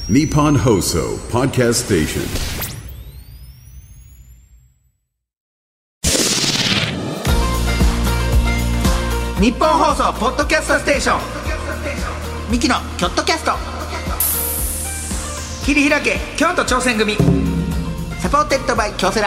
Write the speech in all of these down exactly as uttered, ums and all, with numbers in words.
Nippon Hoso Podcast Station。 日本放送ポッドキャストステーションミキのキョットキャスト。切り開け京都挑戦組サポーテッドバイ京セラ。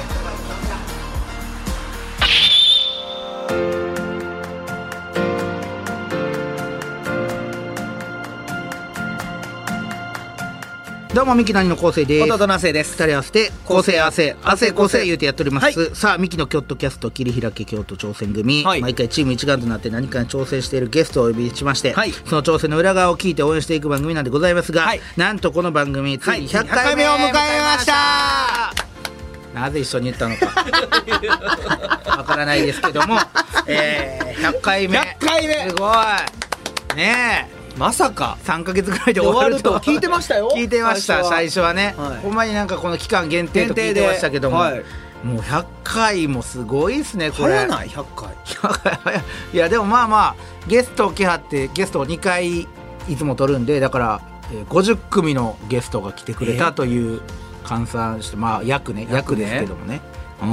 どうもミキの兄の昴生です。 弟の亜生です。 二人合わせて昴生亜生亜生昴生言うてやっております、 はい、 さあミキのキョットキャスト切り開け京都挑戦組、 はい、 毎回チーム一丸となって何かに挑戦しているゲストをお呼びしまして、はい、その挑戦の裏側を聞いて応援していく番組なんでございますが、はい、なんとこの番組ついにひゃっかいめを迎えました。なぜ一緒に言ったのかわからないですけども、えー、ひゃっかいめひゃっかいめすごいねえ、 まさかさんかげつぐらいで終わると聞いてましたよ。 聞いてました最初はね、はい、ほんまになんかこの期間限定と聞いてましたけども、はい、もうひゃっかいもすごいですねこれ。 早ないひゃっかいいやでもまあまあゲストを来はってゲストをにかいいつも取るんで、だからごじゅっくみのゲストが来てくれたという換算して、まあ約ね約ですけどもね、うん、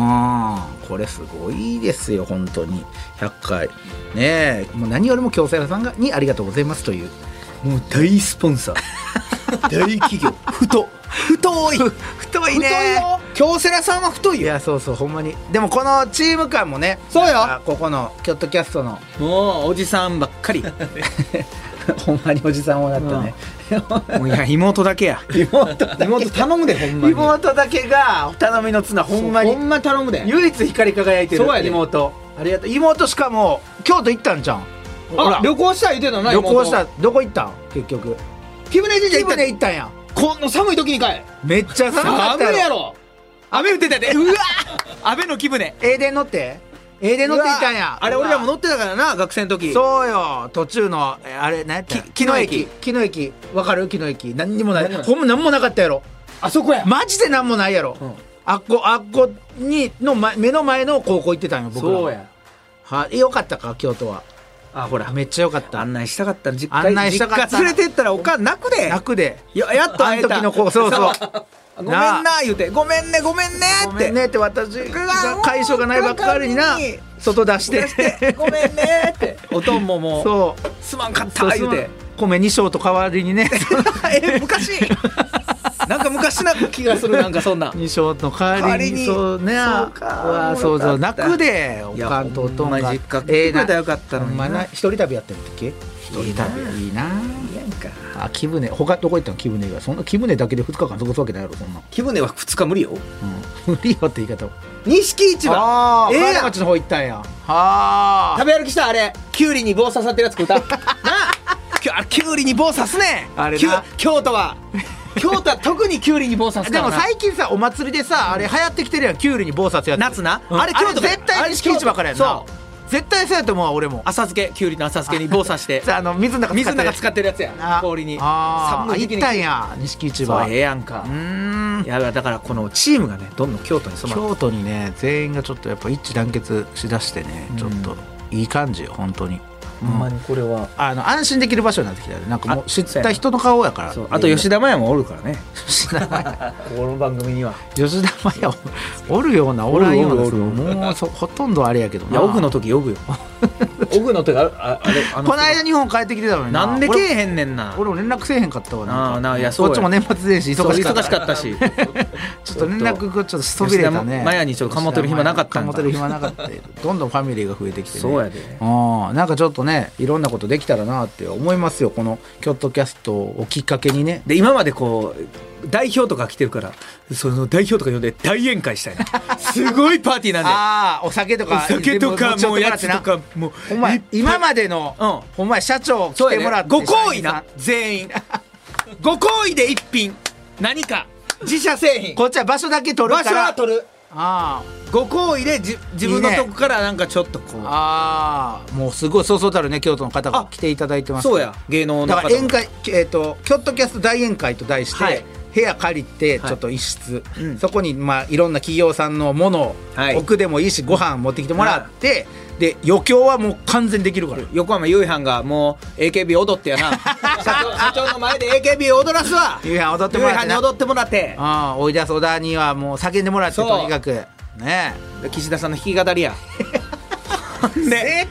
これすごいですよ本当にひゃっかいねえ。もう何よりも京セラさんがにありがとうございますという、 もう大スポンサー大企業太太い太いね。 太いよ京セラさんは太いよ。 いやそうそうほんまに。でもこのチーム感もね、 そうよここのキョットキャストのもうおじさんばっかりほんまにおじさんをなったね、 うん、もういや妹だけや妹妹頼むでほんまに。 妹だけが頼みの綱ほんまにほんま頼むで。 唯一光り輝いてる妹。ありがとう妹。しかも京都行ったんじゃん。 あ旅行した言うてたな。 旅行した。どこ行ったん結局。 貴船神社行った。 貴船行ったんや。 この寒い時にかい。 めっちゃ寒かったやろ。 寒いやろ。雨降ってたで。うわ安倍の貴船エーデン乗ってエーデン乗って行ったんや。 あれ俺らも乗ってたからな学生の時。 そうよ途中のあれ何やった。木の駅木の駅わかる。木の駅何にもない。ほんま何もなかったやろあそこや。 マジで何もないやろ、うん、あっこあっこにの、ま、目の前の高校行ってたんよ僕ら。 そうやはよかったか京都は。 あほらめっちゃよかった。 案内したかった実家案内したかった。 実家連れてったらおかん泣くで泣くで。 ややっと会えたあの時の子。そうそうごめんな言うてごめんねごめんねってごめんねって私が解消がないばっかりにな外出してごめんねっておとんももうそうすまんかった言うて米に升と代わりにねえ昔なんか昔な気がする。なんかそんなに升の代わりにそうね。そうかそうそう泣くでおかんとおとんが実家来てくれたらよかったのにな。一人旅やってる時一人旅いいな。 いやんかあ貴船他どこ行ったの貴船が。そんな貴船だけでふつかかん過ごすわけないやろそんな。 貴船はふつか無理よ、 うん、無理よって言い方を。 錦市場ああ、ええやん。町の方行ったんや。はあ食べ歩きしたあれキュウリに棒刺さってるやつ食うたなあキュウリに棒刺すねあれな京都は京都は特にキュウリに棒刺すからな。 でも最近さお祭りでさあれ流行ってきてるやんキュウリに棒刺すやつ。 夏な、 うん、あれ京都絶対錦市場からやんな。 そう絶対そうやと思うわ俺も。 浅漬けキュウリの浅漬けに棒刺してあの水の中水の中使ってるやつや氷に。 ああ行ったんや錦市場。 そうええやんか。うーんいやだからこのチームがねどんどん京都に染まる。 京都にね全員がちょっとやっぱ一致団結しだしてね、うん、ちょっといい感じよ本当に。 ほんまにこれはあの安心できる場所になってきたよね。なんかもう知った人の顔やから。 そうあと吉田麻也もおるからね吉田麻也この番組には吉田麻也おるようなおらんような。もうそほとんどあれやけどな。 いやオフの時呼ぶよオフの時あああれあのこの間日本帰ってきてたのにな。 なんでけえへんねんな。 俺も連絡せえへんかったわ。なんかあないやそうこっちも年末年始忙しかった忙しかったしちょっと連絡ちょっとそびれたね。 吉田麻也にちょっとかもてる暇なかったんだ。 かもてる暇なかったどんどんファミリーが増えてきてね。 そうやで。 あなんかちょっとねいろんなことできたらなって思いますよこのキョットキャストをきっかけにね。 で今までこう代表とか来てるからその代表とか呼んで大宴会したいなすごいパーティーなんであお酒とかお酒とかもうやつとかもうほんま今までの、うん、ほんま社長来てもらって、 ね、ご好意な全員ご好意で一品何か自社製品こっちは場所だけ取るから場所は取る。あご好意でじ自分のとこからなんかちょっとこういい、ね、 ああもうすごいそうそうたるね京都の方が来ていただいてます。 そうや芸能の方だから宴会、えー、とキョットキャスト大宴会と題して、はい、 部屋借りてちょっと一室、 はいうん、そこにまあいろんな企業さんのものを置くでもいいし、ご飯持ってきてもらって、はいで余興はもう完全できるから。 横浜ゆいはんがもう エーケービー 踊ってやな社長社長の前で エーケービー 踊らすわ。 ゆいはん踊ってもらってな、 ゆいはんに踊ってもらってあ追い出す小田にはもう叫んでもらって、とにかくねえ岸田さんの弾き語りやで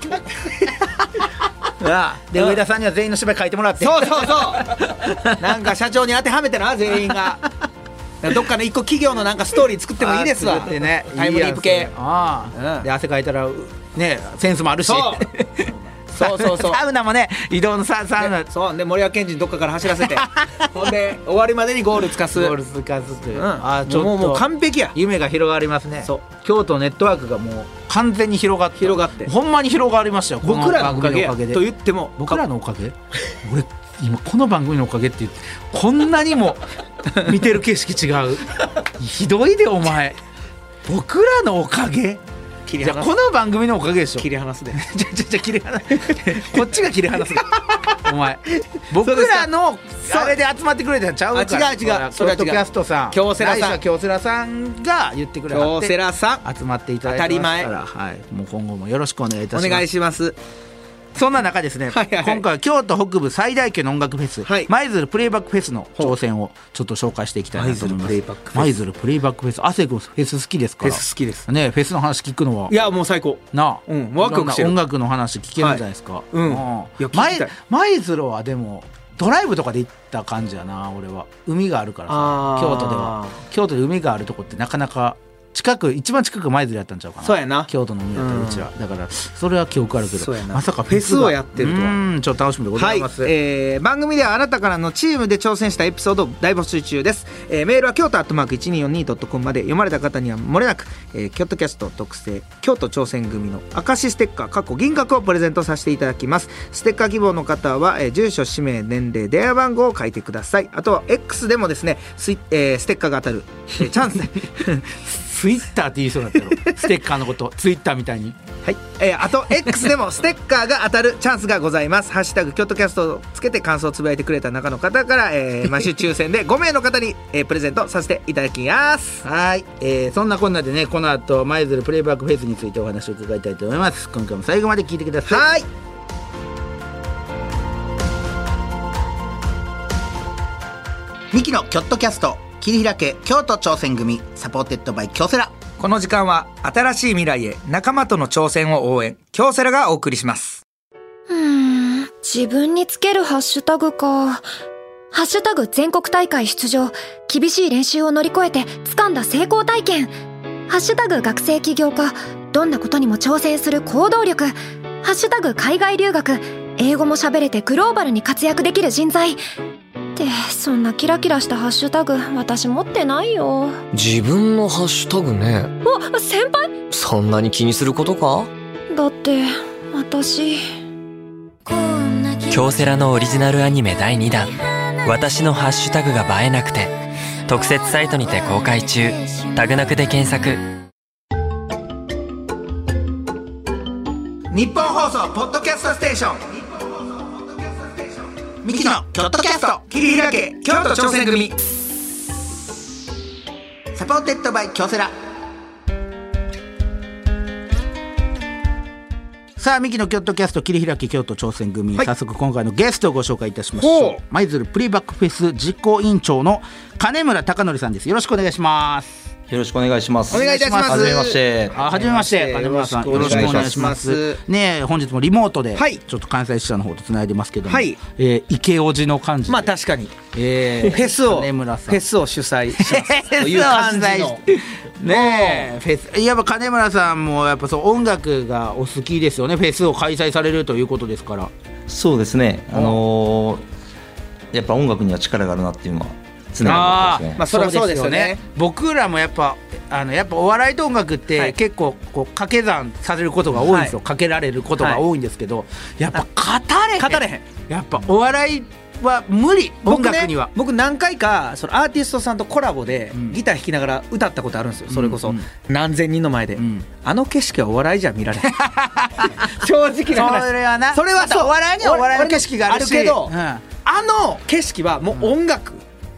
で上田さんには全員の芝居書いてもらって、 そうそうそうなんか社長に当てはめてな全員がどっかの一個企業のなんかストーリー作ってもいいですわ。 ってね、 タイムリープ系。 ああ、うん、で汗かいたらねセンスもあるし。 そうそうそうそうサウナもね、移動のササウナ、 そうで森脇健児にどっかから走らせてほんで終わりまでにゴールつかすゴールつかすという、うん、 あちょっともうもう完璧や。 夢が広がりますね。そう京都ネットワークがもう完全に広がって広がってほんまに広がりましたよ。 僕らのおかげやと言っても僕らのおかげ俺今この番組のおかげって言ってこんなにも見てる景色違うひどいでお前僕らのおかげじゃこの番組のおかげでしょ。 切り離すでじゃじゃじゃ切り離すこっちが切り離すでお前僕らのあれで集まってくれたんちゃうから。 違う違うそれは違う。ポッドキャストさん京セラさん京セラさんが言ってくれはって京セラさん集まっていただいてますから、はい、もう今後もよろしくお願いいたします。 お願いします。 そんな中ですね、 はいはいはい、 今回は京都北部最大級の音楽フェス、 はい、 舞鶴プレイバックフェスの挑戦をちょっと紹介していきたいなと思います。舞鶴プレイバックフェス、亜生君フェス好きですから。 フェス好きですね。フェスの話聞くのはいやもう最高なあ、 うん、ワクワクしてる。 音楽の話聞けるんじゃないですか、はい、 うん、 舞鶴はでもドライブとかで行った感じやな。俺は海があるからさ、京都では京都で海があるとこってなかなか近く一番近く舞鶴やったんちゃうかな。 そうやな京都の海やったらうちは、うん、だからそれは記憶あるけどまさかフェスをやってるとはうんちょっと楽しみでございます、 はいえー、番組ではあなたからのチームで挑戦したエピソードを大募集中です、えー、メールは京都アットマーク いちにーよんにードットコム まで読まれた方には漏れなく、えー、京都キャスト特製京都挑戦組の証ステッカーかっこ銀閣をプレゼントさせていただきます。ステッカー希望の方は、えー、住所氏名年齢電話番号を書いてください。あとは X でもですねス, イ、えー、ステッカーが当たる、えー、チャンスでツイッターって言いそうだったよステッカーのことツイッターみたいにはい、えー、あと X でもステッカーが当たるチャンスがございます。ハッシュタグ京都キャストをつけて感想をつぶやいてくれた中の方から、えー、毎週抽選でごめいの方に、えー、プレゼントさせていただきます。 はい、えー、そんなこんなでねこの後舞鶴プレイバックフェスについてお話を伺いたいと思います。今回も最後まで聞いてください。 はいミキのキョットキャスト切り開け京都挑戦組サポーテッドバイ京セラ。 この時間は新しい未来へ仲間との挑戦を応援京セラがお送りします。 うーん自分につけるハッシュタグか。ハッシュタグ全国大会出場厳しい練習を乗り越えて掴んだ成功体験。ハッシュタグ学生起業家どんなことにも挑戦する行動力。ハッシュタグ海外留学英語も喋れてグローバルに活躍できる人材ってそんなキラキラしたハッシュタグ私持ってないよ。 自分のハッシュタグね。 あ、先輩そんなに気にすることか。 だって私京セラのオリジナルアニメだいにだん私のハッシュタグが映えなくて特設サイトにて公開中。タグなくで検索。 日本放送ポッドキャストステーションミキのキョットキャスト切り開け京都挑戦組サポーテッドバイ京セラ。さあミキのキョットキャスト切り開け京都挑戦組、はい、早速今回のゲストをご紹介いたしましょう。舞鶴プレイバックフェス実行委員長の金村貴則さんです。よろしくお願いします。 よろしくお願いします。 お願いいたします。 はじめまして。 あ、はじめまして。金村さん、よろしくお願いします。ねえ、本日もリモートで、はい、ちょっと関西支社の方とつないでますけども、はい、えー、池オジの感じで。 まあ確かに。 えー、 フェスを、 金村さん。 フェスを主催しますという感じの。 ねえ、フェス。やっぱ金村さんもやっぱそう音楽がお好きですよね。フェスを開催されるということですから。 そうですね。あのー、やっぱ音楽には力があるなっていうのは。常にあまあそれはそうですよね。 僕らもやっぱあのやっぱお笑いと音楽って結構こう掛け算されることが多いんですよ、はい、かけられることが多いんですけど、はい、やっぱ語れへん語れへんやっぱお笑いは無理。音楽には僕、ね、僕何回かそのアーティストさんとコラボでギター弾きながら歌ったことあるんですよ、うん、それこそ何千人の前で、うん、あの景色はお笑いじゃ見られない正直な話。 それはなそれはそうお笑いにはお笑いの景色があるしあるけど、うん、あの景色はもう音楽、うん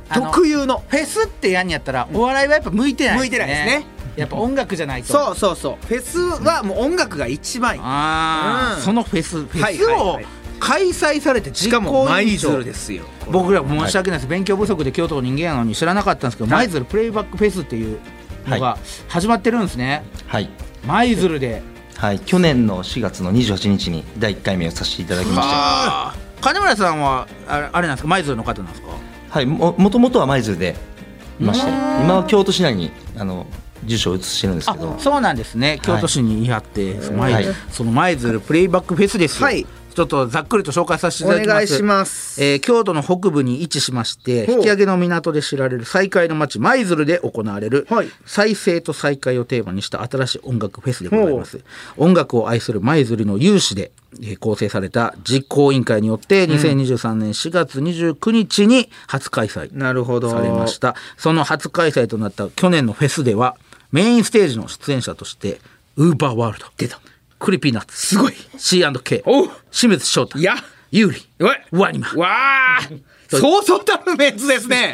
特有のフェスってやんやったらお笑いはやっぱ向いてない向いてないですね。 やっぱ音楽じゃないと。 そうそうそうフェスはもう音楽が一番いい。 あ、うん、そのフェスフェスをはいはいはい開催されてしかも舞鶴ですよ。 僕ら申し訳ないです、勉強不足で京都の人間やのに知らなかったんですけど、舞鶴プレイバックフェスっていうのが始まってるんですね。 はい舞鶴で、 はい、去年のしがつのにじゅうはちにちにだいいっかいめをさせていただきました。 金村さんはあれあれなんですか、舞鶴の方なんですか？ はい、ももともとは舞鶴でいまして、今は京都市内にあの住所を移してるんですけど。 そうなんですね、京都市にいはって、はい、その舞、 はい、 その舞鶴プレイバックフェスですよ。はい、ちょっとざっくりと紹介させていただきます。 お願いします。 えー、京都の北部に位置しまして、引き上げの港で知られる再開の町舞鶴で行われる、はい、再生と再開をテーマにした新しい音楽フェスでございます。音楽を愛する舞鶴の有志で、えー、構成された実行委員会によってにせんにじゅうさんねんしがつにじゅうくにちに初開催されました。その初開催となった去年のフェスではメインステージの出演者としてウーバーワールド出た、クリピーナッツ、すごい シーアンドケー、 清水翔太、 やユーリ、ワニマ、 わあそうそうたるメンツですね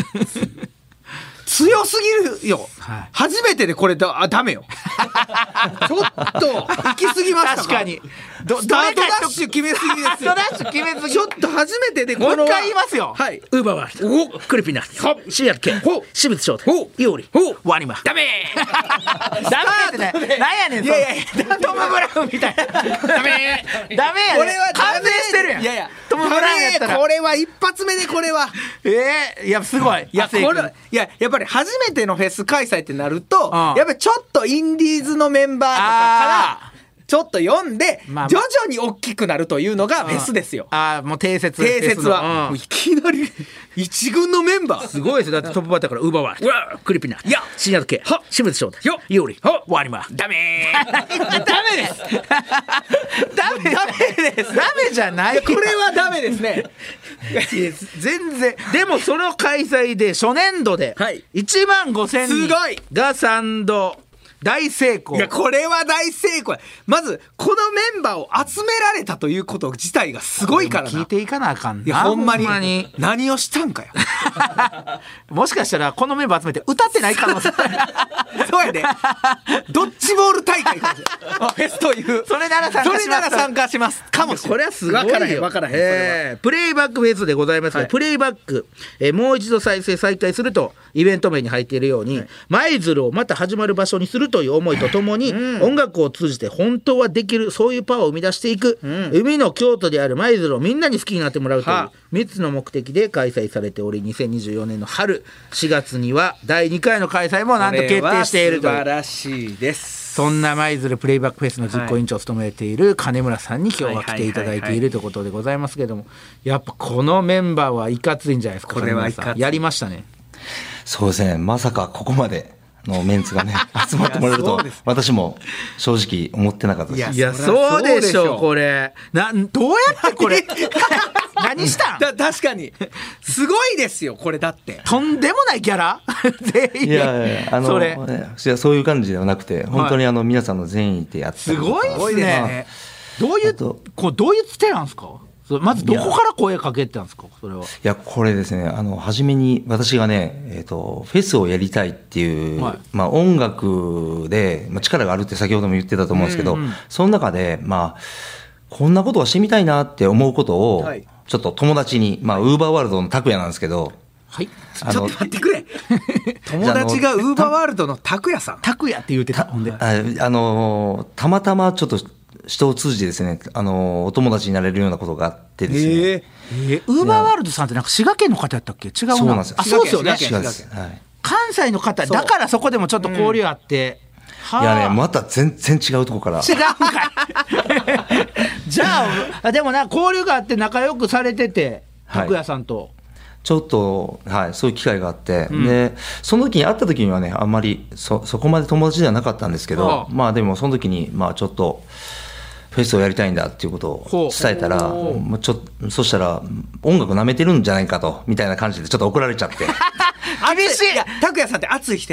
強すぎるよ、はい、初めてでこれだ、あ、ダメよちょっと行き過ぎましたか。 確かにどスタートダッシュ決めすぎですよ。 スタートダッシュ決めすぎ。 ちょっと初めてでこのもう一回言いますよ。 はい、 ウーバーワールド、クリピーナッツ、シーアンドケー、清水翔太、ユーリ、ワニマ、ダメーダメってね、なんやねん、いやいやいやトム・ブラウンみたいなダメーダメやね、これは完成してるやん。いやいやトム・ブラウンやったらこれは一発目でこれはえー、いやすごい。 いやこれいややっぱり初めてのフェス開催ってなると、うん、やっぱりちょっとインディーズのメンバーとかからちょっと読んで、まあまあ、徐々に大きくなるというのがフェスですよ。 ああ、もう定説定説は、うん、いきなり一軍のメンバーすごいですよ。だってトップバッターからウーバーワールド、クリピナ、いやシーアンドケー、清水翔太、ユーリ、ワニマ、ダメーダメですダメダメですダメじゃない、 これはダメですね全然。でもその開催で初年度でいちまんごせんにんが賛同、大成功。 いやこれは大成功。まずこのメンバーを集められたということ自体がすごいからな。 聞いていかなあかんな。 いやほんまに、ほんまに何をしたんかよもしかしたらこのメンバー集めて歌ってない可能性そうやでドッジボール大会かもしれないフェスというそれなら参加します。 それなら参加しますかもしれない。 これはすごいよ。 分からへん分からへん、 えー、プレイバックフェスでございますが、はい、プレイバック、えー、もう一度再生再開するとイベント名に入っているように、はい、舞鶴をまた始まる場所にするという思いとともに、うん、音楽を通じて本当はできる、そういうパワーを生み出していく、うん、海の京都である舞鶴をみんなに好きになってもらうというみっつの目的で開催されており、にせんにじゅうよねんの春しがつにはだいにかいの開催もなんと決定しているという。 素晴らしいです。 そんな舞鶴プレイバックフェスの実行委員長を務めている金村さんに今日は来ていただいているということでございますけども、やっぱこのメンバーはいかついんじゃないですか。 これはいかつい。 やりましたね。 そうですね、まさかここまでのメンツがね集まってもらえると私も正直思ってなかったです。 いやそうでしょう。これなどうやってこれ何したんだ。確かにすごいですよこれ。だってとんでもないギャラ全員。 いやいやあのそれいやそういう感じではなくて本当にあの皆さんの善意でやってすごいですね。どういうこうどういうつてなんですか。まずどこから声かけてたんですか。それはいやこれですね、あの初めに私がね、えーと、フェスをやりたいっていう、はい、まあ、音楽で、まあ、力があるって先ほども言ってたと思うんですけど、うんうん、その中で、まあ、こんなことをしてみたいなって思うことを、はい、ちょっと友達に、まあ、ウーバーワールドの拓也なんですけど、 はい、 ちょっと待ってくれ友達がウーバーワールドの拓也さん拓也って言ってた。ほんでああのたまたまちょっと人を通じてですね、あのお友達になれるようなことがあってですね、えー、ウーバーワールドさんってなんか滋賀県の方やったっけ。違うな。 そうなんですよ。 あ、そうですよね。 滋賀です、はい、 関西の方だからそこでもちょっと交流あって、 うん、いやねまた全然違うとこから違うんかいじゃあでもな交流があって仲良くされてて拓也さんと、はい、 ちょっと、はい、そういう機会があって、うん、でその時に会った時にはねあんまり そ, そこまで友達ではなかったんですけど、ああまあでもその時にまあちょっとフェスをやりたいんだっていうことを伝えたら、もうちょそしたら音楽なめてるんじゃないかとみたいな感じでちょっと怒られちゃって厳しい。いや拓也さんって熱い人やね。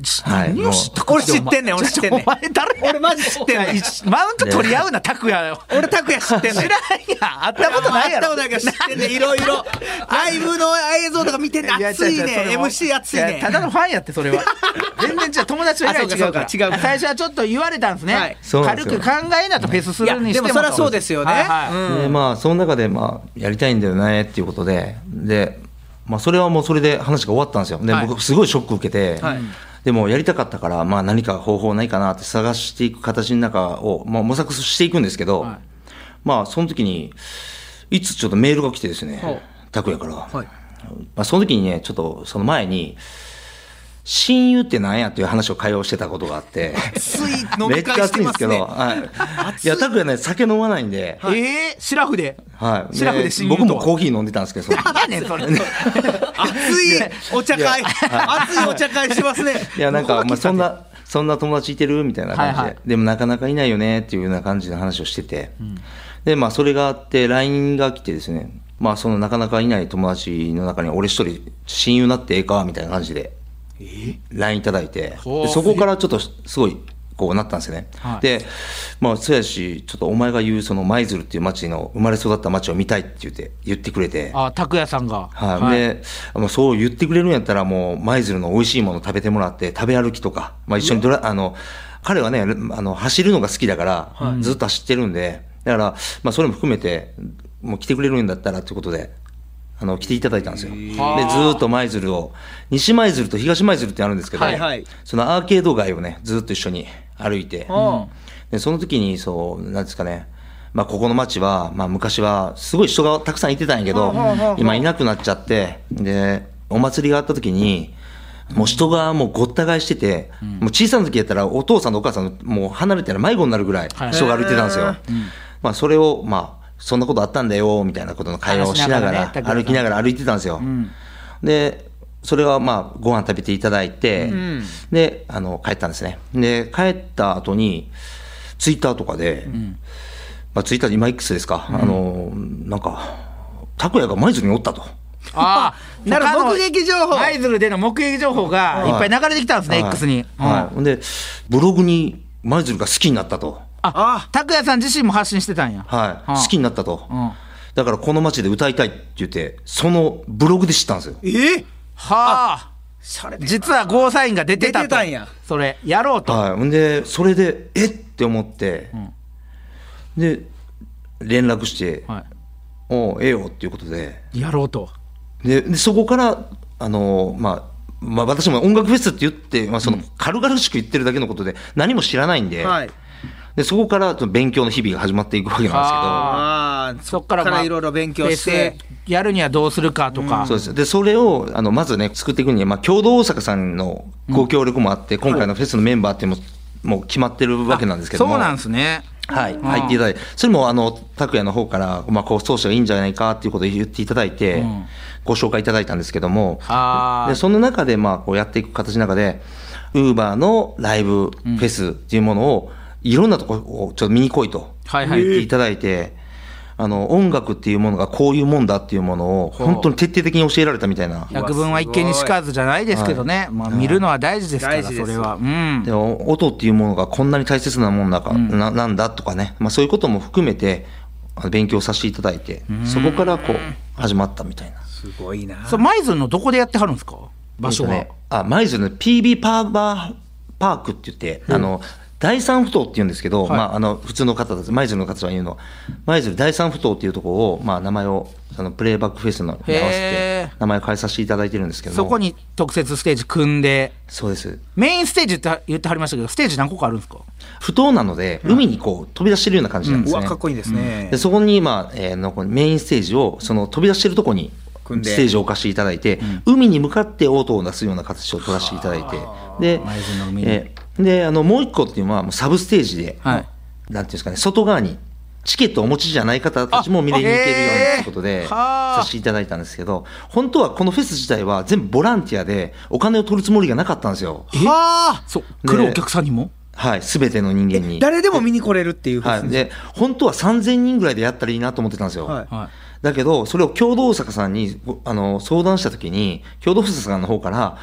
はい何を知った俺知ってんねん俺知ってんねんお前誰や俺マジ知ってんねんマウント取り合うな拓也よ俺拓也知ってんねん知らんやん会ったことないやろ会ったことないから知ってんねんいろいろライブの映像とか見てんねん熱いねん エムシー 熱いねんただのファンやってそれは全然違う友達と以外違うからあそうかそうか違う最初はちょっと言われたんですね、 はいそうなんですよ軽く考えなとフェスするにしてもいやでもそりゃそうですよねはいはいうんでまあその中でまあやりたいんだよねっていうことでで、まあ、それはもうそれで話が終わったんですよで、 はい僕すごいショック受けて、 はいでもやりたかったから、まあ、何か方法ないかなって探していく形の中を、まあ、模索していくんですけど、 はいまあその時にいつちょっとメールが来てですほうね拓也から、 はいまあ、その時にねちょっとその前に親友って何やっていう話を会話をしてたことがあって熱い飲めっちゃみ会して熱いんですけど、 ますねはい、いや拓也ね酒飲まないんで、 えー、シラフではい、 シラフで親友とは僕もコーヒー飲んでたんですけどその時何やねんそれ熱いお茶会熱いお茶会してますねいやなんか、まあ、そんななそんな友達いてるみたいな感じで、 はいはいでもなかなかいないよねっていうような感じの話をしてて、でまあそれがあって ライン が来てですね、まあそのなかなかいない友達の中に俺一人親友になってええかみたいな感じで ライン いただいて、 ほうでそこからちょっとすごいこうなったんですよね、 はいでまあそうやしちょっとお前が言うその舞鶴っていう町の生まれ育った町を見たいって言って言ってくれて、 あ拓也さんがはいでまあ、そう言ってくれるんやったらもう舞鶴の美味しいもの食べてもらって食べ歩きとか、まあ、一緒にドラあの彼はねあの走るのが好きだから、ずっと走ってるんでだから、まあ、それも含めてもう来てくれるんだったらということであの来ていただいたんですよ。でずーっと舞鶴を西舞鶴と東舞鶴ってあるんですけど、 はいはいそのアーケード街をねずっと一緒に歩いて、 うんでその時にそうなんですかね、まあ、ここの町は、まあ、昔はすごい人がたくさんいてたんやけど、今いなくなっちゃってでお祭りがあった時にもう人がもうごった返してて、もう小さな時やったらお父さんとお母さんもう離れたら迷子になるぐらい人が歩いてたんですよ、まあ、それをまあそんなことあったんだよみたいなことの会話をしながら話しながらね歩きながら歩いてたんですよ、でそれはまあご飯食べていただいて、 んであの帰ったんですね。で帰った後にツイッターとかで、まあ、ツイッターで今 X ですか、あのなんか拓也が舞鶴におったと。 ああなるほど目撃情報舞鶴での目撃情報がいっぱい流れてきたんですね、 はい X に、 はい、 うんでブログに舞鶴が好きになったと、 あ拓也さん自身も発信してたんやはい、 うん好きになったと、 うんだからこの街で歌いたいって言ってそのブログで知ったんですよ。 えはあしゃれて実はゴーサインが出てたと出てたんやそれやろうと、 はい、んでそれでえって思って、で連絡しては 「おうええよ」っていうことでい、やろうとででそこからあの、まあ、まあ私も音楽フェスって言って、まあ、その軽々しく言ってるだけのことで何も知らないんで、 はいでそこから勉強の日々が始まっていくわけなんですけど。 ああそっから、まあ、 いろいろ勉強してフェスやるにはどうするかとか、 そうですでそれをあのまずね作っていくには、まあ、共同大阪さんのご協力もあって、今回のフェスのメンバーっていうのももう決まってるわけなんですけども、 そうなんですねはい、入っていただいて、それもあの拓也の方から、まあ、こう奏者がいいんじゃないかっていうことを言っていただいて、 んご紹介いただいたんですけども、 あーでその中でまあこうやっていく形の中で、ウーバーのライブフェスっていうものを、いろんなところをちょっと見に来いとはいはい言っていただいて、あの音楽っていうものがこういうもんだっていうものを本当に徹底的に教えられたみたいな。 百聞は一見にしかずじゃないですけどね、まあ、見るのは大事ですから、 大事ですそれは、うん、 でも音っていうものがこんなに大切なもんだか、な, なんだとかね、まあ、そういうことも含めてあの勉強させていただいて、そこからこう始まったみたいな。 すごいなそう舞鶴のどこでやってはるんですか場所は、 えっとね、あ舞鶴の ピービー パーバーパークって言って、あの第三ふ頭って言うんですけど、 はいまあ、あの普通の方たち舞鶴の方は言うの舞鶴第三ふ頭っていうところを、まあ、名前をそのプレイバックフェスのに合わせへーて名前を変えさせていただいてるんですけども、 そこに特設ステージ組んでそうです。 メインステージって言ってはりましたけどステージ何個かあるんですか不頭なので海にこう飛び出してるような感じなんですね。 うわかっこいいですねでそこに、まあえーのこのメインステージをその飛び出してるとこに組んでステージを置かせていただいて、海に向かって音を出すような形を取らせていただいて、で舞鶴の海にえーであのもう一個っていうのはもうサブステージで、 はいなんていうんですかね、外側にチケットをお持ちじゃない方たちも見れに行けるようにということであはあさせていただいたんですけど、本当はこのフェス自体は全部ボランティアでお金を取るつもりがなかったんですよ。 はあそうで来るお客さんにもはい、すべての人間に。 誰でも見に来れるっていうはい、で本当はさんぜんにんぐらいでやったらいいなと思ってたんですよ。 はいはいだけどそれを共同大阪さんにあの相談したときに共同大阪さんの方から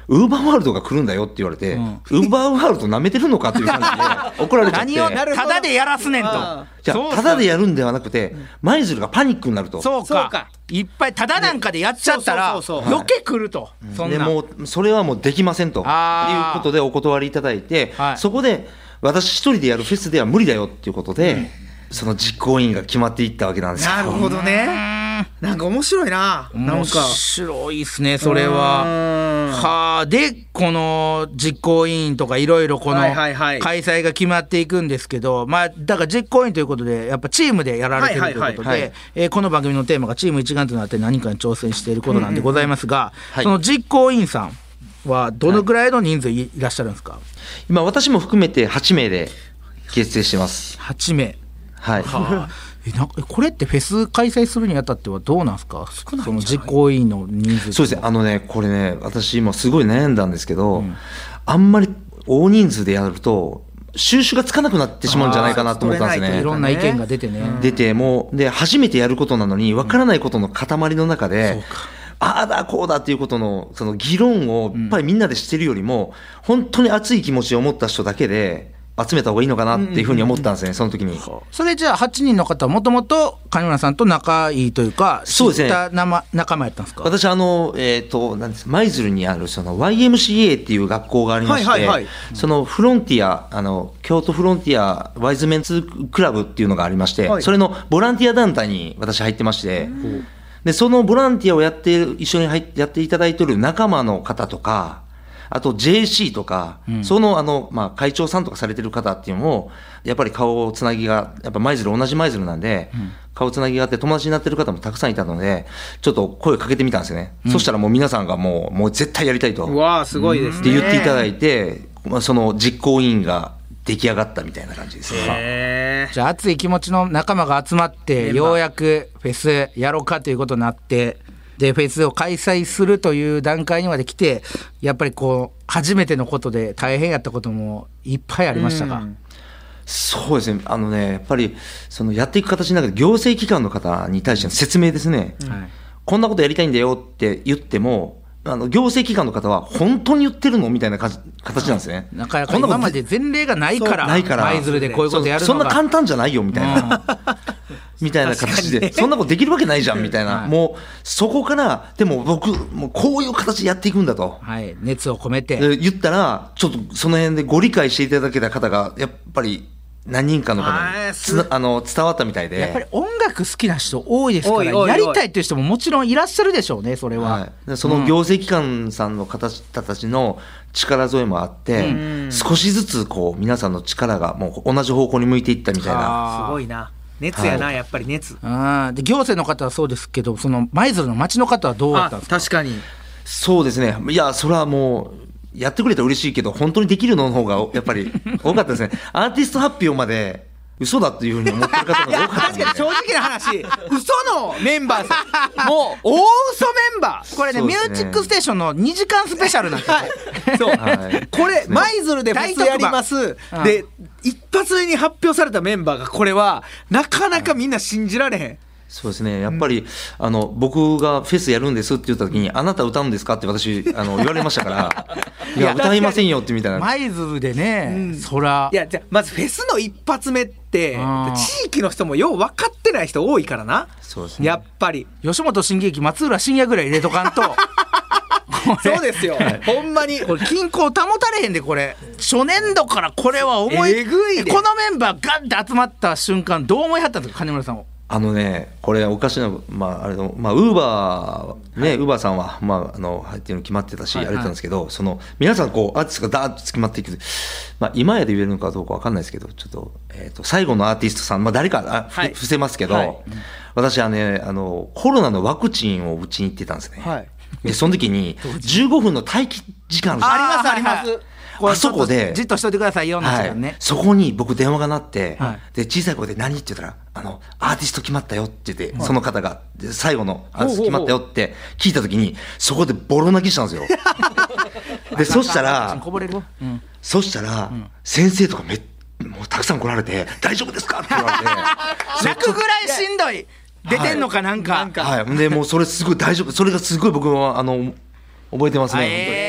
ウーバーワールドが来るんだよって言われて、ウーバーワールド舐めてるのかっていう感じで怒られちゃって何をただでやらすねんと。 じゃあただでやるんではなくて舞鶴がパニックになると。 そうか、いっぱいただなんかでやっちゃったら余計来ると。そんなでもうそれはもうできませんということでお断りいただいて、はい、そこで私一人でやるフェスでは無理だよっていうことで、うん、その実行委員が決まっていったわけなんですよ。 なるほどね。なんか面白いな。 面白いですねそれは。はあ、でこの実行委員とかいろいろこの開催が決まっていくんですけど、まあだから実行委員ということでやっぱチームでやられてるということで、えこの番組のテーマがチーム一丸となって何かに挑戦していることなんでございますが、その実行委員さんはどのぐらいの人数いらっしゃるんですか？はい、 今私も含めてはちめいで結成してます。 はちめい。 はい。 はあ、えなこれってフェス開催するにあたってはどうなんですか？少ないその実行委員の人数。 そうですね。あのねこれね私今すごい悩んだんですけど、うん、あんまり大人数でやると収拾がつかなくなってしまうんじゃないかなと思ったんですね。 いろんな意見が出てね。 出てもうで初めてやることなのに分からないことの塊の中で。うん、ああだこうだっていうことのその議論をやっぱりみんなでしてるよりも、本当に熱い気持ちを持った人だけで集めた方がいいのかなっていうふうに思ったんですね、その時に。 それじゃあはちにんの方はもともと金村さんと仲いいというか、 そうですね、 知った仲間やったんですか？ 私あのえっとなんです舞鶴にあるその ワイエムシーエー っていう学校がありまして、そのフロンティアあの京都フロンティアワイズメンツクラブっていうのがありまして、それのボランティア団体に私入ってまして。でそのボランティアをやっている一緒に入ってやっていただいている仲間の方とか、あと ジェーシー とか、うん、そのあの、まあ、会長さんとかされてる方っていうのもやっぱり顔つなぎがやっぱ舞鶴同じ舞鶴なんで、うん、顔つなぎがあって友達になってる方もたくさんいたのでちょっと声かけてみたんですよね、うん、そしたらもう皆さんがもう、もう絶対やりたいとうわーすごいですねって言っていただいて、まあ、その実行委員が出来上がったみたいな感じですね。 じゃあ熱い気持ちの仲間が集まってようやくフェスやろうかということになって、でフェスを開催するという段階にまで来て、やっぱりこう初めてのことで大変やったこともいっぱいありましたか？うん、 そうですね、あのねやっぱりそのやっていく形の中で行政機関の方に対しての説明ですね、うん、こんなことやりたいんだよって言ってもあの行政機関の方は本当に言ってるのみたいな形なんですね。 なかなか今まで前例がないから舞鶴でこういうことやるのがそ, そんな簡単じゃないよみたいな、うん、みたいな形で、ね、そんなことできるわけないじゃんみたいな、はい、もうそこからでも僕もうこういう形でやっていくんだと、 はい、熱を込めて言ったらちょっとその辺でご理解していただけた方がやっぱり何人かの方につあの伝わったみたいで、 やっぱり音楽好きな人多いですから、やりたいという人ももちろんいらっしゃるでしょうね。それは、 はい、その行政機関さんの方たちの力添えもあって、うん、少しずつこう皆さんの力がもう同じ方向に向いていったみたいな。 すごいな、熱やな、はい、やっぱり熱。 あで行政の方はそうですけど、その舞鶴の町の方はどうだったんですか？ 確かにそうですね、いやそれはもうやってくれたら嬉しいけど本当にできるのの方がやっぱり多かったですね。アーティスト発表まで嘘だっていうふうに思ってる方が多かった。 確かに正直な話、嘘のメンバーさん、もう大嘘メンバー。 これね、ミュージックステーションのにじかんスペシャルなんですよ。 そう、はい、これ舞鶴でフェスやります。で一発目に発表されたメンバーがこれはなかなかみんな信じられへん。 そうですね、やっぱり、うん、あの僕がフェスやるんですって言った時に、あなた歌うんですかって私あの言われましたからいや歌いませんよってみたいな。 舞鶴でね、うん、そらいやじゃまずフェスの一発目って地域の人もよう分かってない人多いからな。 そうですね、 やっぱり吉本新喜劇松浦信也ぐらい入れとかんとそうですよ、はい、ほんまにこれ均衡保たれへんで、これ初年度からこれは思いえぐいで、 このメンバーガンって集まった瞬間どう思いはったんですか、金村さんを。 あのね、これおかしな、まああれの、まあウーバーね、ウーバーさんはまああの入ってるの決まってたし、はいはい、あれたんですけど、その皆さんこうアーティストがダーッと決まっていく、まあ今やで言えるのかどうかわかんないですけど、ちょっとえっ、ー、と最後のアーティストさん、まあ誰かあ、はい、伏せますけど、はい、私はねあのコロナのワクチンを打ちに行ってたんですね。はい、でその時にじゅうごふんの待機時間ありますあります。はいあそこでじっとしといてくださいよ、はい、ね、 そこに僕電話が鳴って、はい、で小さい声で何って言ったらあのアーティスト決まったよって言って、はい、その方が最後のアーティスト決まったよって聞いた時にそこでボロ泣きしたんですよでそしたら、うん、そしたら、うん、先生とかめもうたくさん来られて大丈夫ですかって言われて泣くぐらいしんどい出てんのかなんか、 はい、はい、でもうそれすごい大丈夫、それがすごい僕はあの覚えてますね。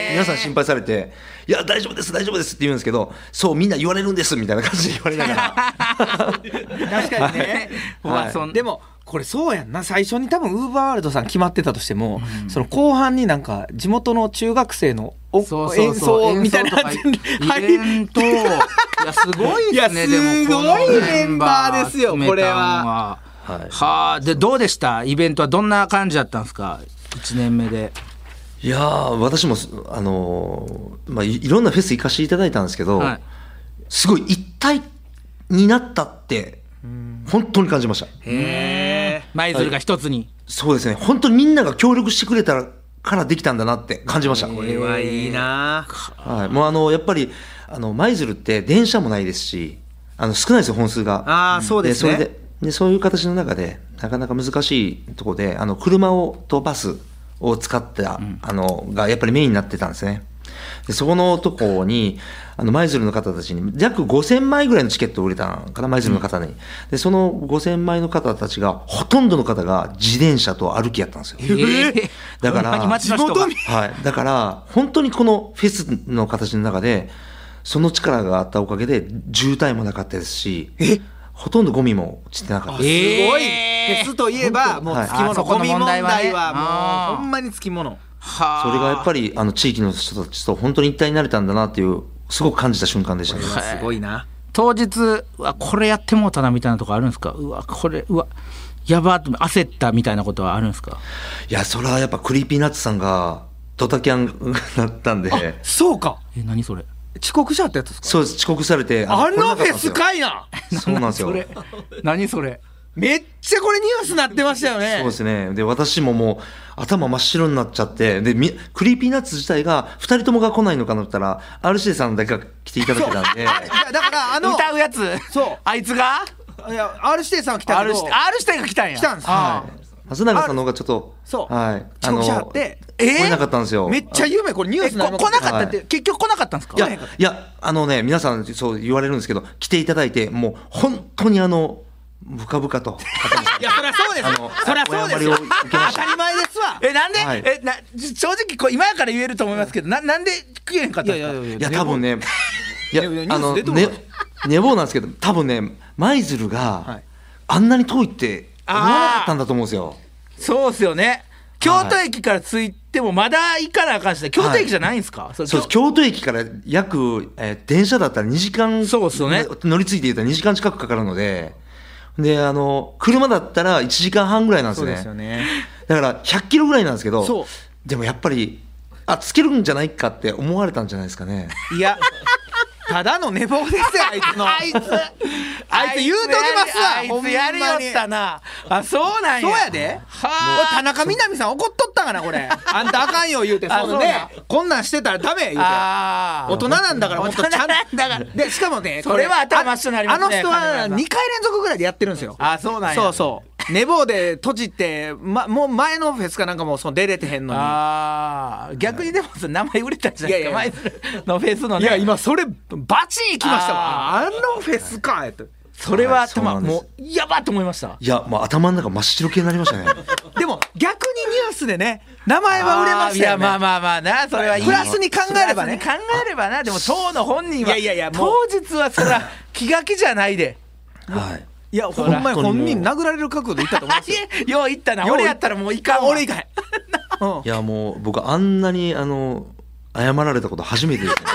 皆さん心配されて、いや大丈夫です大丈夫ですって言うんですけど、そうみんな言われるんですみたいな感じで言われながら確かにね、 はいはい、でもこれそうやんな、最初に多分ウーバーワールドさん決まってたとしても、うん、その後半になんか地元の中学生のおそうそうそう演奏みたいな感じでイベント、いやすごいですね。 いやすごいメンバーですよこれは。 はい、はあ、でどうでしたイベントは、どんな感じだったんですかいちねんめで。 いやー私もあのーまあ、い, いろんなフェス行かせていただいたんですけど、はい、すごい一体になったって本当に感じました。 へー、舞鶴が一つに、はい、 そうですね、本当にみんなが協力してくれたからできたんだなって感じました。 これはいいな、 はい、もうあのやっぱりあの舞鶴って電車もないですし、あの少ないですよ本数が。 あーそうですね。 でそれででそういう形の中でなかなか難しいところで、あの車をとバスを使った、うん、あのがやっぱりメインになってたんですね。でそこのところにあの舞鶴の方たちに約ごせんまいぐらいのチケットを売れたのかな、舞鶴の方に、うん、でそのごせんまいの方たちがほとんどの方が自転車と歩きやったんですよ。 えー、 だから地元が、 はい、だから本当にこのフェスの形の中でその力があったおかげで渋滞もなかったですし、 えほとんどゴミも落ちてなかったです。 すごいフェスといえばもうつきもの、ゴミ問題はもうほんまにつきもの。 はそれがやっぱりあの地域の人たちと本当に一体になれたんだなっていうすごく感じた瞬間でしたね。 これはすごいな。 当日うわこれやってもうたなみたいなとこあるんですか。うわこれうわやばっと焦ったみたいなことはあるんですか。 いやそれはやっぱクリーピーナッツさんがドタキャンだったんで。あそうか。 え何それ遅刻しちゃったやつですか。 そうです、遅刻されて。 あのフェスかいな。 そうなんですよ。 それ何それめっちゃこれニュースなってましたよね。 そうですね。で私ももう頭真っ白になっちゃって、でクリーピーナッツ自体がふたりともが来ないのかなと思ったら アールシー さんだけが来ていただけたんで。 だからあの歌うやつ、 そうあいつがいや アール 指定さんは来たけどアール 指定が来たんや。 来たんです。 はい松永さんの方がちょっとそう、 はい、 遅刻しちゃってえー、来れなかったんですよ。 めっちゃ有名これニュースになりま来なかったって、はい、結局来なかったんですか。 いやいやあのね皆さんそう言われるんですけど来ていただいてもう本当にあの深々といやそりゃそうです。そりゃそうですよ。当たり前ですわ。 えなんで、 はい、 えな正直こう今やから言えると思いますけど、ななんで食えへんかったんですか。 いやいやいやいや多分ねいやあのね寝坊なんですけど多分ね舞鶴が、はい、あんなに遠いって思わなかったんだと思うんですよ。 そうですよね。京都駅から着いてもまだ行かなあかんし、ね、京都駅じゃないんですか。はい、 そうです京都駅から約、えー、電車だったらにじかんそうですよ、ね、 乗り継いでいたらにじかん近くかかるので、であの車だったらいちじかんはんぐらいなんですね。 そうですよね。 だからひゃっキロぐらいなんですけど、 そうでもやっぱりあつけるんじゃないかって思われたんじゃないですかね。 いやただの寝坊ですよあいつのあいつあいつ言うときますわ。あいつやりよったな。あそうなんや。 そうやで。は田中みな実さん怒っとったかなこれ。あんたあかんよ言うてそうね。こんなんしてたらダメ言うて。大人なんだからもっとちゃんと。でしかもねそれは頭真っ白になりますね。 あの人はにかい連続ぐらいでやってるんですよ。 あそうなんや。 そうそう寝坊で閉じて、ま、もう前のフェスかなんかもその出れてへんのに。 あ逆にでも名前売れたんじゃないですか。舞鶴のフェスのね。 いや今それバチンいきましたわ。あのフェスかって。 それは頭、はい、もうやばっと思いました。 いやもう頭の中真っ白系になりましたね。 でも逆にニュースでね名前は売れましたよね。 いやまあまあまあなそれはいい。 プラスに考えればね。 考えればな。でも当の本人はいやいやいや当日はそら気が気じゃないで。 はいいやほんまに本人殴られる覚悟で言ったと思いますよ。 よう言ったな。俺やったらもういかんわ。 俺いかん、 うん、いやもう僕あんなにあの謝られたこと初めてですね。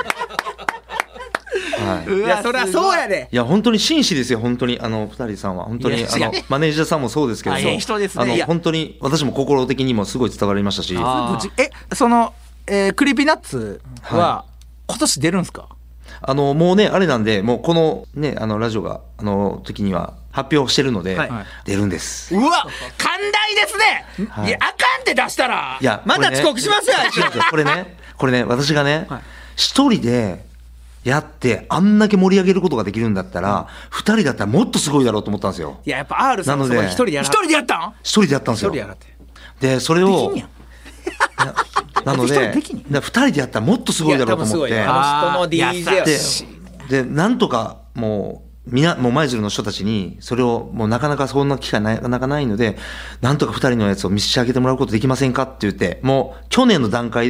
はい、 いやそりゃそうやで。 いや本当に紳士ですよ本当にあのふたりさんは本当にあのマネージャーさんもそうですけど、 いい人ですね。 あの本当に私も心的にもすごい伝わりましたし。 えその、えー、クリーピーナッツは今年出るんですか。 あのもうねあれなんでもうこのねあのラジオがあの時には発表してるので、はい、出るんです。 うわ寛大ですね、はい、いやあかんって出したらいやまだ遅刻しますよ。 これねこれね私がね一、はい、人でやってあんだけ盛り上げることができるんだったら二、うん、人だったらもっとすごいだろうと思ったんですよ。 いややっぱ R さんも一人でやら一人でやったん一人でやったんですよ。でそれをなのでふたりでやったらもっとすごいだろうと思って、 あの人の ディージェーででなんとかもうみなもう舞鶴の人たちにそれをもうなかなかそんな機会なかなかないのでなんとかふたりのやつを見せてあげてもらうことできませんかって言ってもう去年の段階で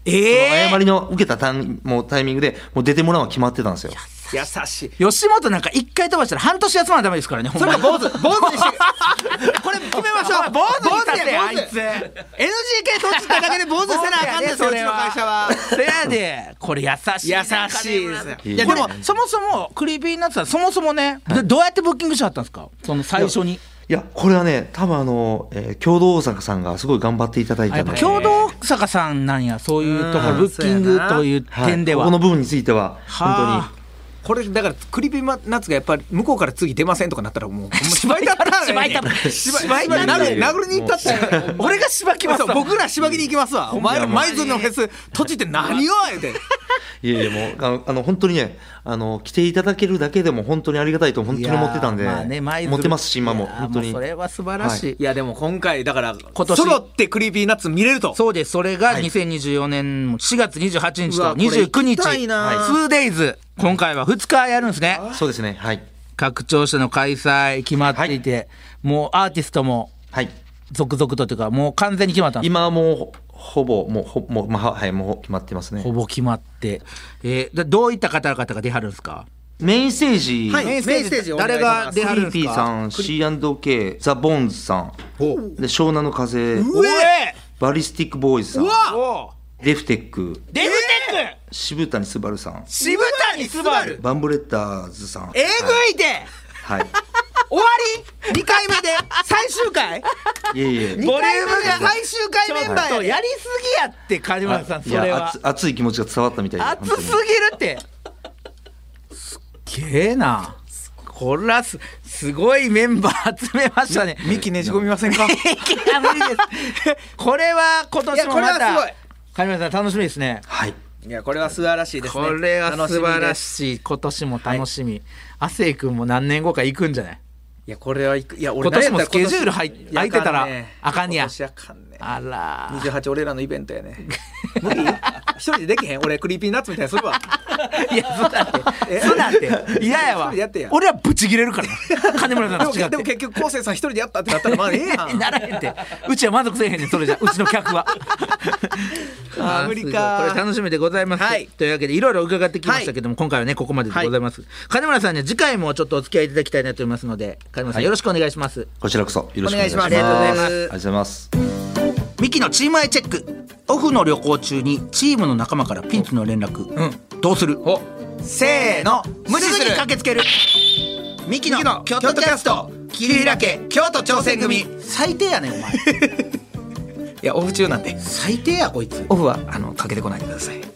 えー、 その謝りの受けたタイミもうタイミングでもう出てもらうのは決まってたんですよ。 優しい。 吉本なんか一回飛ばしたら半年休まないとダメですからね。ほんまにそれ坊主坊主にしてこれ決めましょう。 坊主にさせあいつエヌジーケー 閉じただけで坊主せなあかんですよ、うちの会社は。 せやでこれ優しい優しいですよ。 いやでもそもそもクリーピーナッツはそもそもね、でどうやってブッキングしはったんですか、その最初に。 いやこれはね多分あの、えー、共同大阪さんがすごい頑張っていただいたので、 共同大阪さんなんや、そういうところブッキングという点では、 はい、ここの部分については本当にこれだからクリーピーナッツがやっぱり向こうから次出ませんとかなったらもう芝居だったら芝居だった芝居だった殴りに行ったったら俺が芝きますわ、 僕ら芝木に行きますわ。お前ら舞鶴のフェス閉じて何を言うて。 いやいやもうあのあの本当にねあの来ていただけるだけでも本当にありがたいと本当に思ってたんで、 まあね、 持ってますし今も本当にそれは素晴らしい、はい、 いやでも今回だから今年揃ってクリーピーナッツ見れると。 そうです、それがにせんにじゅうよねんしがつにじゅうはちにちとにじゅうくにち ツーデイズ、今回はふつかやるんですね。 そうですね、はい、 各庁舎の開催決まっていて、はい、もうアーティストも続々とというかもう完全に決まったんです。 今はもうほぼもうほもう、まあ、はいもう決まってますね。 ほぼ決まって、えー、どういった方々が出はるんですか。 メインステージ、 はい、メインステージ誰が出はるんですか。 クリーピーさん、 シーアンドケー、ザ・ボーンズさんで湘南の風、バリスティックボーイズさん、デフテック、 デフテック、 渋谷すばるさん、 渋谷すばる、 バンブレッダーズさん、 えぐいて、 はい、 終わりにかいめで最終回いえいえボリュームが最終回メンバーやで。 やりすぎやって梶村さん、それは熱い気持ちが伝わったみたいで熱すぎるってすっげえな。これは す, すごいメンバー集めましたね。 ミキねじ込みませんか。 ミキは無理ですこれは今年もまた梶村さん楽しみですね。 はい、 いやこれは素晴らしいですね。 これは素晴らしい。今年も楽しみ。亜生君も何年後か行くんじゃない。 いやこれは行く。いや俺今年もスケジュール入って空いてたらあかんや。 今年あかんね。 あらにじゅうはち俺らのイベントやね。無理一人でできへん。俺クリーピーナッツみたいにするわ。 いやそうだってそうだって嫌やわ。俺はブチギレるからな金村さんと違って。 でも結局昴生さん一人でやったってなったらまあええやんならへんってうちは満足せえへんねんそれじゃうちの客はあ無理か。 これ楽しみでございます、はい、というわけでいろいろ伺ってきましたけども、はい、今回はねここまででございます、はい、金村さんには次回もちょっとお付き合いいただきたいなと思いますので金村さん、はい、よろしくお願いします。 こちらこそよろしくお願いします。 ありがとうございます。 ありがとうございます。 ミキのチームアイチェック。オフの旅行中にチームの仲間からピンチの連絡、うん、どうする。 おせーの無視する。 すぐに駆けつけるミキの京都キャスト桐平家京都挑戦組。最低やねんお前いやオフ中なんで最低やこいつ。 オフはあのかけてこないでください。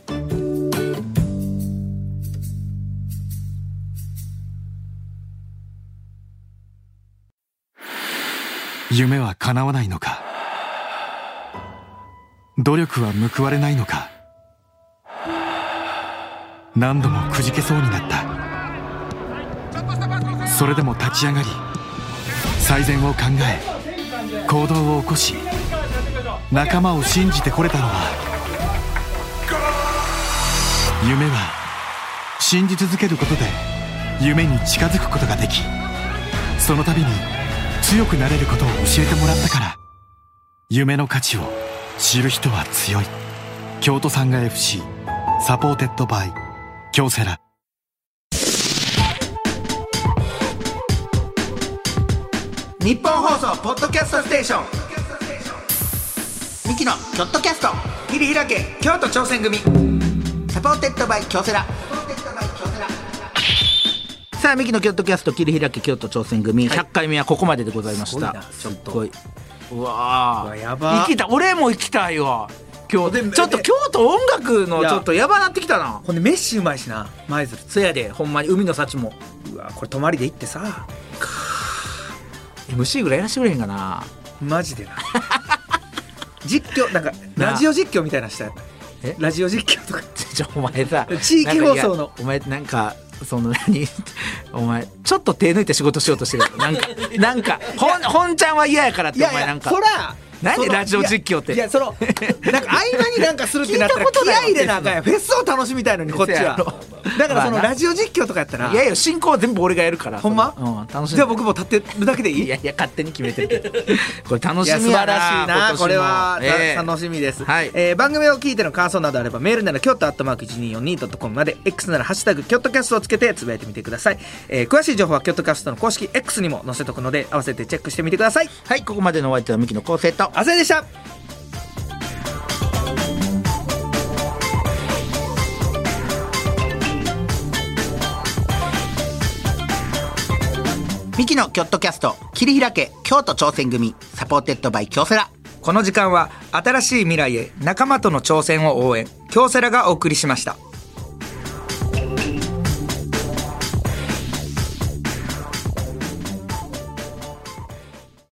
夢は叶わないのか、努力は報われないのか、何度もくじけそうになった。それでも立ち上がり最善を考え行動を起こし仲間を信じてこれたのは、夢は信じ続けることで夢に近づくことができ、その度に強くなれることを教えてもらったから。夢の価値を知る人は強い。京都サンガ エフシー サポーテッドバイ京セラ。 日本放送ポッドキャストステーションミキのキョットキャスト桐平家京都挑戦組サポーテッドバイ京セラ。さあミキのキョットキャスト桐平家京都挑戦組、はい、ひゃっかいめはここまででございました。 ちょっとうわーやば行きた俺も行きたいわ今日。ちょっと京都音楽のちょっとやばなってきたな。 これ飯うまいしな舞鶴。 そやでほんまに海の幸も。 うわこれ泊まりで行ってさエムシー ぐらいやらしてくれへんかなマジでな実況なんかラジオ実況みたいなしたえラジオ実況とかちょお前さ地域放送のお前なんかその何お前ちょっと手抜いて仕事しようとしてるなんかなんか本本ちゃんは嫌やからって。 いやいやお前なんかそら何でラジオ実況って。 いやそのなんか合間になんかするってなったら気合い入れなあかんやん。フェスを楽しみたいのにこっちはだからそのまあなラジオ実況とかやったらいやいや進行は全部俺がやるからほんまそのうん楽しみじゃあ僕も立ってるだけでいい？ いやいや勝手に決めてるけどこれ楽しいや素みやな晴らしいな今年もこれは、 えー楽しみです、 はいえー番組を聞いての感想などあればメールなら京都アットマーク いちにーよんにードットコム まで X ならハッシュタグ京都キャストをつけてつぶやいてみてください、えー詳しい情報は京都キャストの公式 X にも載せとくので合わせてチェックしてみてください。 はいここまでのお相手はミキの昴生とあせでした。 ミキのキョットキャスト切り開け京都挑戦組サポーテッドバイ京セラ。 この時間は新しい未来へ仲間との挑戦を応援京セラがお送りしました。